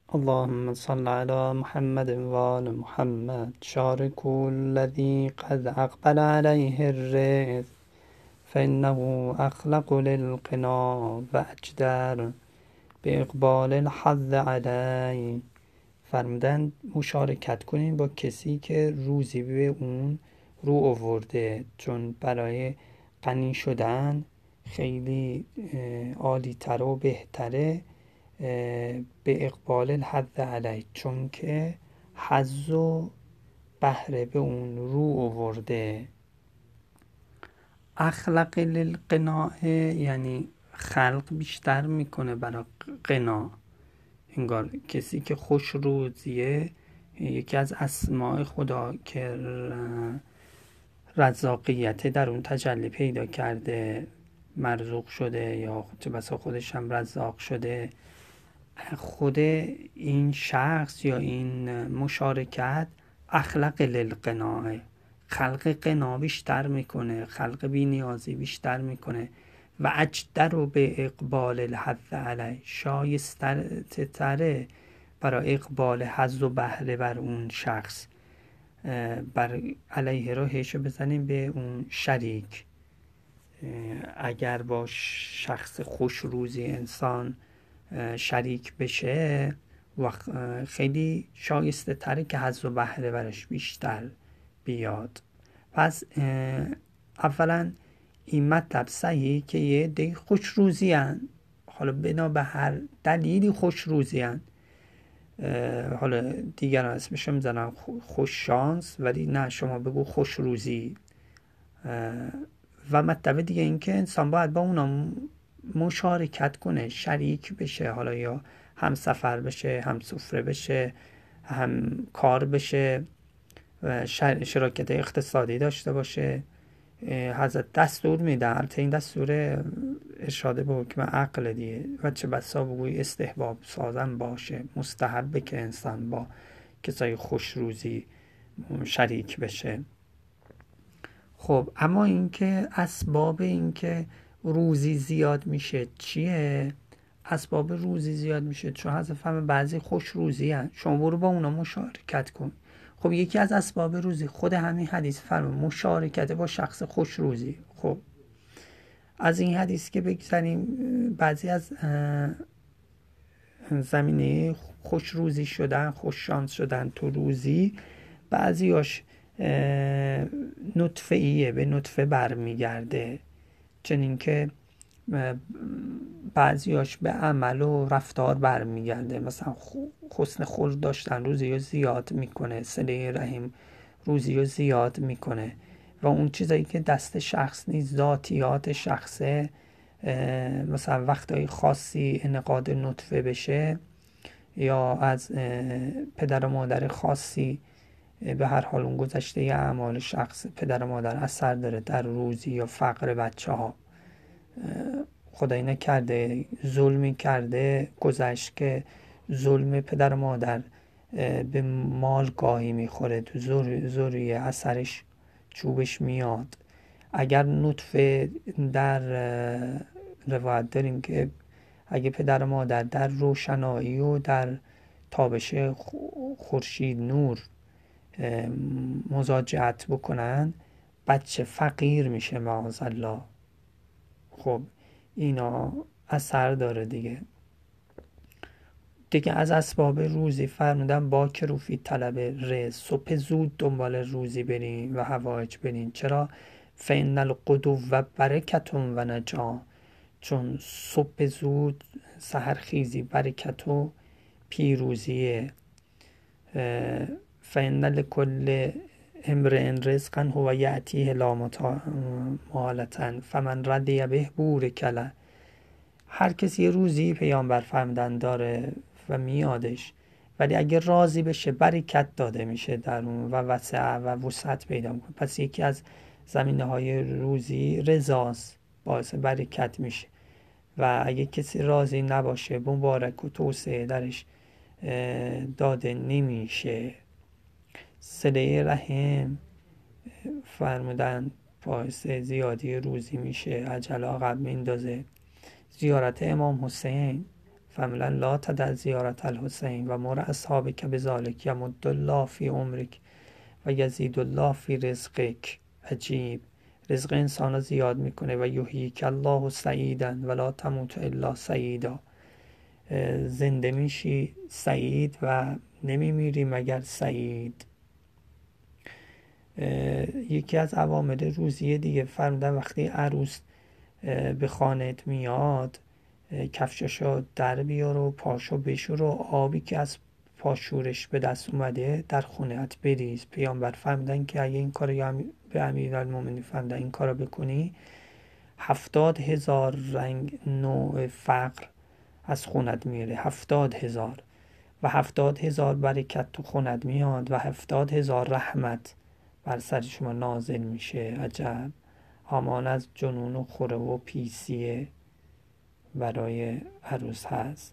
اللهم صل على محمد وآل محمد. شارك الذي قد أقبل عليه الرزق فإنه أخلق للقنا وأجدر به اقبال الحظ علیه. فرمودن مشارکت کنین با کسی که روزی به اون رو آورده، چون برای غنی شدن خیلی عالی تر و بهتره به اقبال الحظ علیه، چون که حظ و بهره به اون رو آورده. اخلق للقناع یعنی خلق بیشتر میکنه برای قنا. انگار کسی که خوش روزیه، یکی از اسماء خدا که رزاقیت در اون تجلی پیدا کرده، مرزوق شده یا چه بسا خودش هم رزاق شده. خود این شخص یا این مشارکت اخلق للقناع، خلق قنا بیشتر میکنه، خلق بی نیازی بیشتر میکنه. و اجدر رو به اقبال الحظ علیه، شایسته تره برای اقبال حظ و بهره بر اون شخص. بر علیه رو هیشو بزنیم به اون شریک. اگر با شخص خوش روزی انسان شریک بشه و خیلی شایسته تره که حظ و بهره برش بیشتر بیاد. پس اولا این مطلب صحیح که یه عده خوش روزی هن، حالا بنا به هر دلیلی خوش روزی هن. حالا دیگران اسمشو میزنن خوش شانس، ولی نه، شما بگو خوش روزی. و مطلب دیگه این که انسان باید با اونا مشارکت کنه، شریک بشه، حالا یا هم سفر بشه، هم سفره بشه، هم کار بشه، شراکت اقتصادی داشته باشه. حضرت دستور میده، البته این دستور ارشاد به حکم عقل دیگه، و چه بسا بگوی استحباب سازن باشه، مستحبه که انسان با کسای خوش روزی شریک بشه. خب اما اینکه اسباب اینکه روزی زیاد میشه چیه؟ اسباب روزی زیاد میشه چون حذف هم بعضی خوش روزی هست، شما برو با اونا مشارکت کن. خب یکی از اسباب روزی خود همین حدیث فرمود مشارکت با شخص خوش روزی. خب از این حدیث که بگذاریم، بعضی از زمینه خوش روزی شدن، خوش شانس شدن تو روزی، بعضیاش نطفه ایه، به نطفه برمیگرده، چنین که بعضیاش به عمل و رفتار برمیگرده. مثلا حسن خلق داشتن روزی رو زیاد میکنه، صله رحم روزی رو زیاد میکنه. و اون چیزایی که دست شخص نیست، ذاتیات شخصه، مثلا وقتهای خاصی انعقاد نطفه بشه، یا از پدر و مادر خاصی، به هر حال اون گذشته اعمال شخص پدر و مادر اثر داره در روزی یا فقر بچه ها. خدایی نکرده ظلمی کرده گذشت که ظلم پدر و مادر به مال گاهی میخوره، تو زوری اثرش چوبش میاد. اگر نطفه، در روایت داریم که اگه پدر و مادر در روشنایی و در تابش خورشید نور مزاجعت بکنن، بچه فقیر میشه معاذالله. خب اینا اثر داره دیگه از اسباب روزی فرمودن با کروفی طلب رزق، صبح زود دنبال روزی برین و حوائج برین. چرا؟ فإن الغدو و برکتون و نجا، چون صبح زود سحرخیزی برکت و پیروزیه. فإن لكل امرئ رزقا هو یأتیه لا محالة فمن رضی به بورک له. هر کسی یه روزی پیامبر فرمودن داره و میادش، ولی اگه راضی بشه برکت داده میشه در اون و وسع و وسعت پیدا میکنه. پس یکی از زمینه های روزی رضاست، باعث برکت میشه. و اگه کسی راضی نباشه مبارک و توسعه درش داده نمیشه. صله رحم فرمودن باعث زیادی روزی میشه، عجله عقب میندازه. زیارت امام حسین فملا لا تدع زیارت الحسین و مر اصحابک بذالک یمد الله فی عمرک و یزید الله فی رزقک. عجیب، رزق انسان رو زیاد میکنه. و یحییک الله سعیدا ولا تموت الا سعیدا. زنده میشی سعید و نمیمیری مگر سعید. یکی از عوامل روزی دیگه فرمودن وقتی عروس به خانت میاد کفشاشو در بیار و پاشو بشور و آبی که از پاشورش به دست اومده در خونت بریز. پیامبر فرمودن که اگه این کارو به امیرالمومنین فرمودن این کارو بکنی 70,000 رنگ نوع فقر از خونت میره. 70,000 و 70,000 برکت تو خونت میاد و 70,000 رحمت بر سر شما نازل میشه. عجب، امان از جنون و خوره و پیسیه برای عروس هست.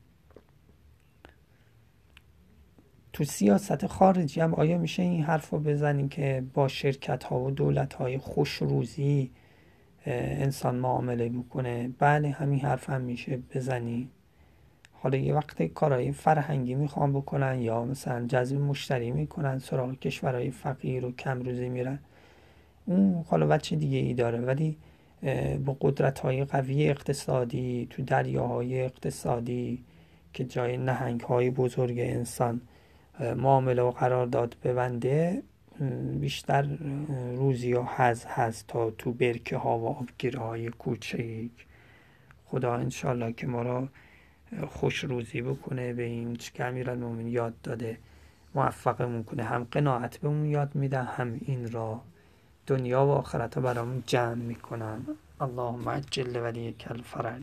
تو سیاست خارجی هم آیا میشه این حرف رو بزنیم که با شرکت ها و دولت های خوش روزی انسان معامله بکنه؟ بله، همین حرف هم میشه بزنی. حالا یه وقت کارهای فرهنگی میخوان بکنن یا مثلا جذب مشتری میکنن سراغ کشورهای فقیر و کم روزی میرن، اون حالا بچه دیگه ای داره. ولی با قدرت های قوی اقتصادی تو دریاهای اقتصادی که جای نهنگ های بزرگ انسان معامله و قرارداد ببنده، بیشتر روزی و حظ هست تا تو برکه ها و آبگیره های کوچیک. خدا انشالله که ما را خوش روزی بکنه به این که امیرالمومنین یاد داده، موفقمون کنه. هم قناعت بهمون یاد میده، هم این را دنیا و آخرت رو برامون جمع میکنن. اللهم عجل ولیک الفرج.